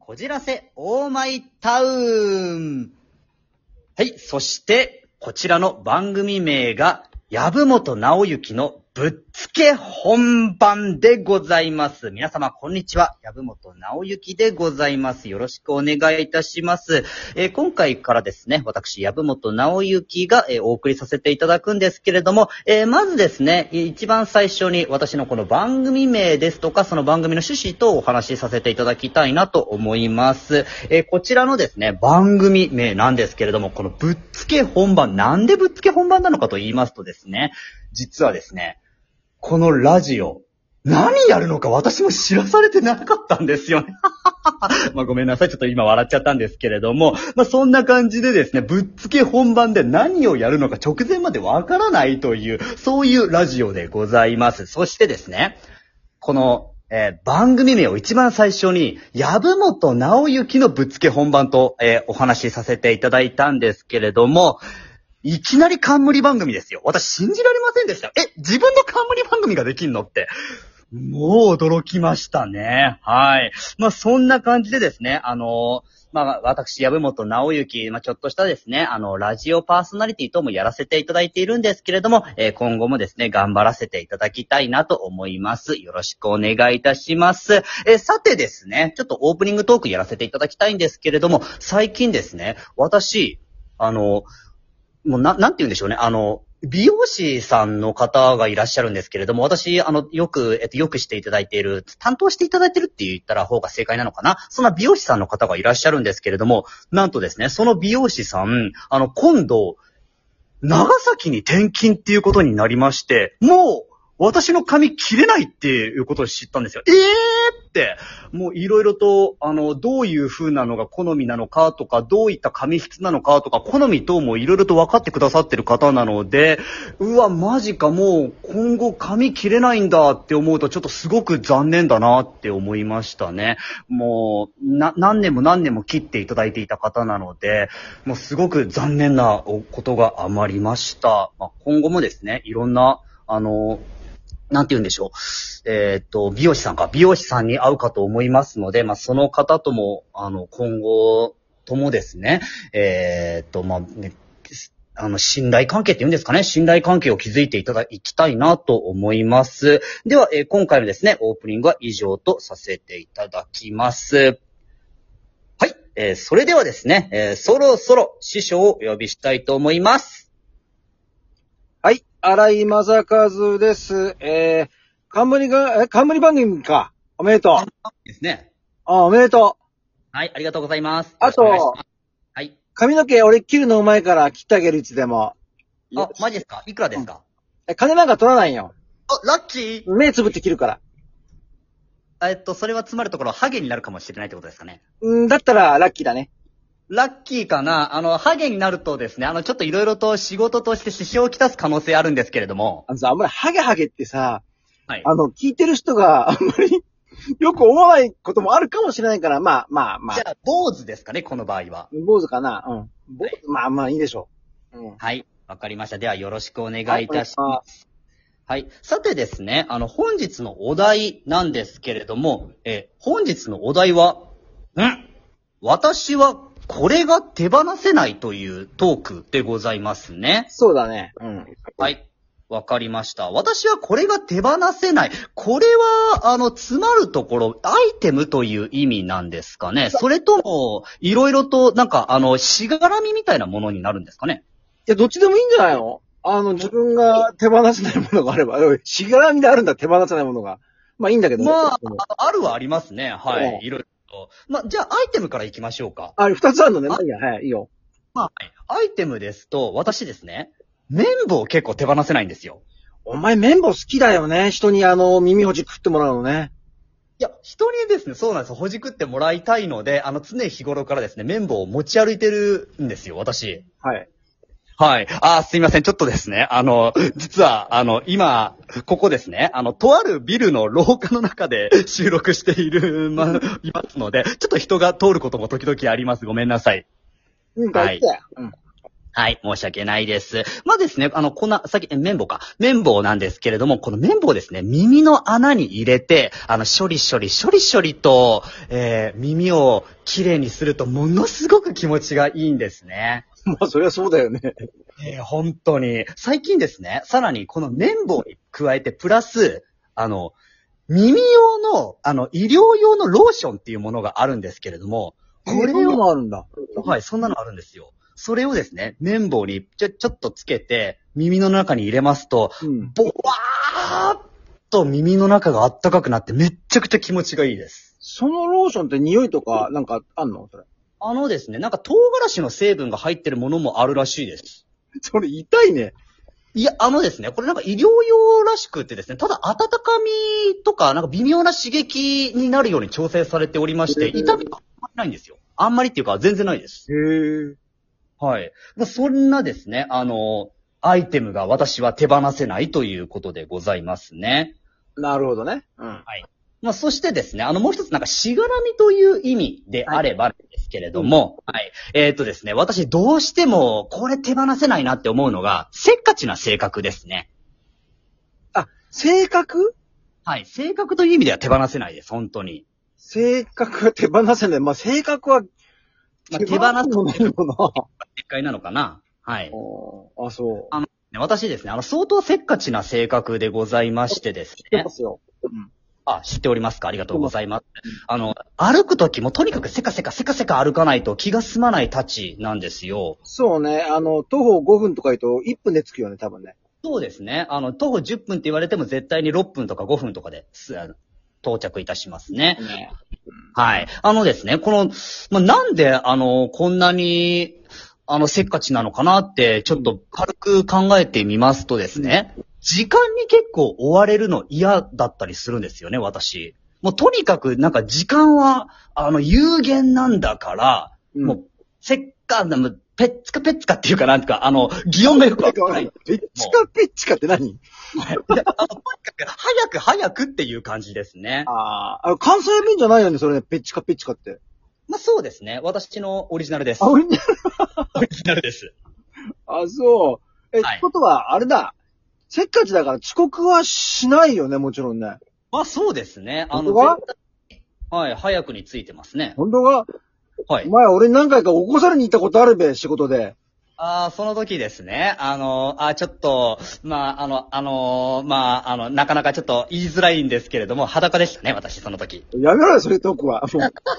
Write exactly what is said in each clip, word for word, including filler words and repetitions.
こじらせオーマイタウン。はい、そして、こちらの番組名が、籔本直之のぶっつけ本番でございます。皆様、こんにちは。籔本直之でございます。よろしくお願いいたします。えー、今回からですね、私、籔本直之が、えー、お送りさせていただくんですけれども、えー、まずですね、一番最初に私のこの番組名ですとか、その番組の趣旨とお話しさせていただきたいなと思います。えー、こちらのですね、番組名なんですけれども、このぶっつけ本番、なんでぶっつけ本番なのかと言いますとですね、実はですね、このラジオ、何やるのか私も知らされてなかったんですよね。まあごめんなさい。ちょっと今笑っちゃったんですけれども、まあそんな感じでですね、ぶっつけ本番で何をやるのか直前までわからないという、そういうラジオでございます。そしてですね、この、えー、番組名を一番最初に、籔本直之のぶっつけ本番と、えー、お話しさせていただいたんですけれども、いきなり冠番組ですよ。私信じられませんでした。え、自分の冠番組ができんのって。もう驚きましたね。はい。まあそんな感じでですね、あのー、まあ私、籔本直之、まあちょっとしたですね、あの、ラジオパーソナリティともやらせていただいているんですけれども、えー、今後もですね、頑張らせていただきたいなと思います。よろしくお願いいたします。えー、さてですね、ちょっとオープニングトークやらせていただきたいんですけれども、最近ですね、私、あの、もうな、なんて言うんでしょうね。あの、美容師さんの方がいらっしゃるんですけれども、私、あの、よく、えっと、よくしていただいている、担当していただいているって言ったら方が正解なのかな。そんな美容師さんの方がいらっしゃるんですけれども、なんとですね、その美容師さん、あの、今度、長崎に転勤っていうことになりまして、もう、私の髪切れないっていうことを知ったんですよ。えーって、もういろいろと、あの、どういう風なのが好みなのかとか、どういった髪質なのかとか、好み等もいろいろと分かってくださってる方なので、うわ、マジか、もう今後髪切れないんだって思うとちょっとすごく残念だなって思いましたね。もう、な、何年も何年も切っていただいていた方なので、もうすごく残念なことがあまりました。まあ、今後もですね、いろんな、あの、なんて言うんでしょう。えっと、美容師さんか、美容師さんに会うかと思いますので、まあ、その方とも、あの、今後ともですね、えっと、まあ、ね、あの、信頼関係って言うんですかね。信頼関係を築いていただきたいなと思います。では、えー、今回のですね、オープニングは以上とさせていただきます。はい。えー、それではですね、えー、そろそろ師匠をお呼びしたいと思います。 はい。荒井正和です。えー、冠が、え、冠番組か。おめでとう。 ですね。 あ、おめでとう。 はい、ありがとうございます。 あと、 はい。 髪の毛俺切るのうまいから切ってあげるいつでも。 あ、マジですか？いくらですか？ え、金なんか取らないよ。 あ、ラッキー。 目つぶって切るから。 えっと、それはつまるところ、ハゲになるかもしれないってことですかね。 うん、だったらラッキーだね。 ラッキーかな。あの、ハゲになるとですね、あの、ちょっといろいろと仕事として支障をきたす可能性あるんですけれども。 あのさ、あんまりハゲハゲってさ、 はい。 あの、聞いてる人があんまりよく思わないこともあるかもしれないから、まあまあまあ。 じゃあ、坊主ですかね、この場合は。 坊主かな。うん。坊主、はい、まあまあいいでしょう。うん。 はい。わかりました。では、よろしくお願いいたします。はい。さてですね、あの、本日のお題なんですけれども、え、本日のお題は、ん私はこれが手放せないというトークでございますね。 そうだね。うん。 はい。わかりました。私はこれが手放せない。これは、あの、詰まるところ、アイテムという意味なんですかね。それとも、いろいろと、なんか、あの、しがらみみたいなものになるんですかね。 いや、どっちでもいいんじゃないの？あの、自分が手放せないものがあれば、しがらみであるんだ、手放せないものが。まあいいんだけど。 まあ、あるはありますね。はい。いろいろと。まあ、じゃあ、アイテムからいきましょうか。 あ、二つあるのね。まあいいや、はい、いいよ。 まあ、アイテムですと、私ですね、綿棒を結構手放せないんですよ。 お前綿棒好きだよね。人にあの、耳ほじくってもらうのね。 いや、人にですね、そうなんですよ。ほじくってもらいたいので、あの、常日頃からですね、綿棒を持ち歩いてるんですよ、私。 はい。 はい。あー、すいません。ちょっとですね、あの、実は、あの、今、ここですね、あの、とあるビルの廊下の中で収録している、ま、いますので、ちょっと人が通ることも時々あります。ごめんなさい。 うん、大丈夫だよ。うん。 はい、申し訳ないです。まあですね、あの、こんな、さっき、え綿棒か。綿棒なんですけれども、この綿棒ですね、耳の穴に入れて、あの、処理処理、処理処理と、えー、耳をきれいにすると、ものすごく気持ちがいいんですね。 まあ、そりゃそうだよね。 えー、本当に。最近ですね、さらにこの綿棒に加えて、プラス、あの、耳用の、あの、医療用のローションっていうものがあるんですけれども、これそんなを、 のあるんだ。 はい、そんなのあるんですよ。それをですね、綿棒にちょ、ちょっとつけて、耳の中に入れますと、 うん。 ボワーっと耳の中があったかくなってめっちゃくちゃ気持ちがいいです。 そのローションって匂いとか、なんかあんのそれ。 あのですね、なんか唐辛子の成分が入ってるものもあるらしいです。 それ痛いね。 いや、あのですね、これなんか医療用らしくてですね、ただ温かみとか、なんか微妙な刺激になるように調整されておりまして、 へー痛みがあんまりないんですよ。あんまりっていうか全然ないです。 へえ。 はい。まあ、そんなですね、あの、アイテムが私は手放せないということでございますね。 なるほどね。うん。 はい。まあ、そしてですね、あの、もう一つなんか、しがらみという意味であればですけれども、はい。はい、えっ、ー、とですね、私どうしても、これ手放せないなって思うのが、せっかちな性格ですね。 あ、性格？ はい。性格という意味では手放せないです、本当に。 性格は手放せない。まあ、性格は、 まあ、手放すのないよな。 正解なのかな。はい。 あ、そう。 あの、私ですね、あの、相当せっかちな性格でございましてです知ってねま。すよ。うん。 あ、知っておりますか？ありがとうございます。あの、歩くときもとにかくせかせかせかせか歩かないと気が済まないたちなんですよ。 そうね。あの、徒歩ごふんとか言うといっぷんで着くよね、多分ね。 そうですね。あの、徒歩じゅっぷんって言われても絶対にろっぷんとかごふんとかで、すあの到着いたしますね。 ね。 はい。あのですね、この、まあ、なんで、あの、こんなに、あの、せっかちなのかなって、ちょっと軽く考えてみますとですね、時間に結構追われるの嫌だったりするんですよね、私。もうとにかく、なんか時間は、あの、有限なんだから、 うん、 もう、せっか、ペッツカペッツカっていうかなんていうか、あの、擬音がよくわからない。 ペッチカペッチカって何？ であのとにかく、早く早くっていう感じですね。 ああ、関西弁じゃないよね、それね、ペッチカペッチカって。 まあそうですね。私のオリジナルです。 あ、オリジナルオリジナルです。 あ、そう。え、はい、ってことは、あれだ。せっかちだから遅刻はしないよね、もちろんね。 まあそうですね。あの、はい、 早くについてますね。 本当がはい。 お前、俺何回か起こされに行ったことあるべ、仕事で。 ああ、その時ですね。あの、あちょっと、まあ、あの、あの、まあ、あの、なかなかちょっと言いづらいんですけれども、裸でしたね、私、その時。 やめろよ、それトークは。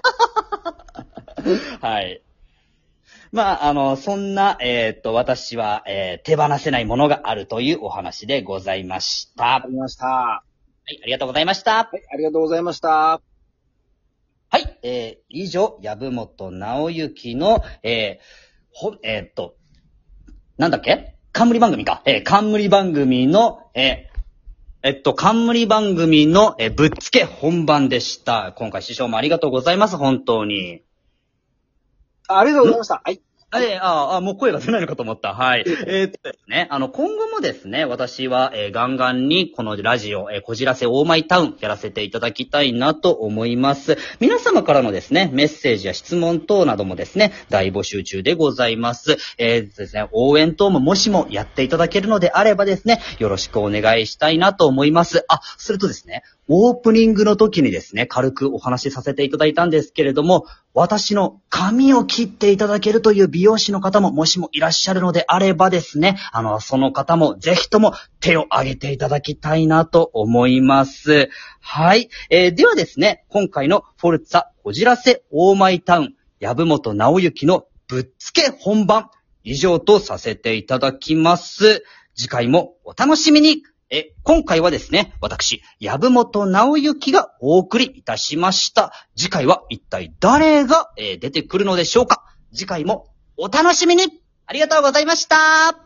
はい。まあ、あの、そんな、えー、っと、私は、えー、手放せないものがあるというお話でございました。 ありました。はい、ありがとうございました。はい、ありがとうございました。 はい、えー、以上、籔本直之の、えー、ほ、えー、っと、なんだっけ？冠番組か。えー、冠番組の、えー、えっと、冠番組の、えー、ぶっつけ本番でした。今回師匠もありがとうございます、本当に。 あ, ありがとうございました。はい。 えー、ああ、もう声が出ないのかと思った。はい。えー、っとですね、あの、今後もですね、私は、えー、ガンガンにこのラジオ、えー、こじらせオーマイタウンやらせていただきたいなと思います。皆様からのですね、メッセージや質問等などもですね、大募集中でございます。えー、ですね、応援等ももしもやっていただけるのであればですね、よろしくお願いしたいなと思います。あ、それとですね、オープニングの時にですね、軽くお話しさせていただいたんですけれども、私の髪を切っていただけるという美容師の方ももしもいらっしゃるのであればですね、あの、その方もぜひとも手を挙げていただきたいなと思います。はい。えー、ではですね、今回のフォルツァこじらせオーマイタウン、籔本直之のぶっつけ本番、以上とさせていただきます。次回もお楽しみに。え、今回はですね、私、籔本直之がお送りいたしました。次回は一体誰が、えー、出てくるのでしょうか？次回もお楽しみに！ありがとうございました。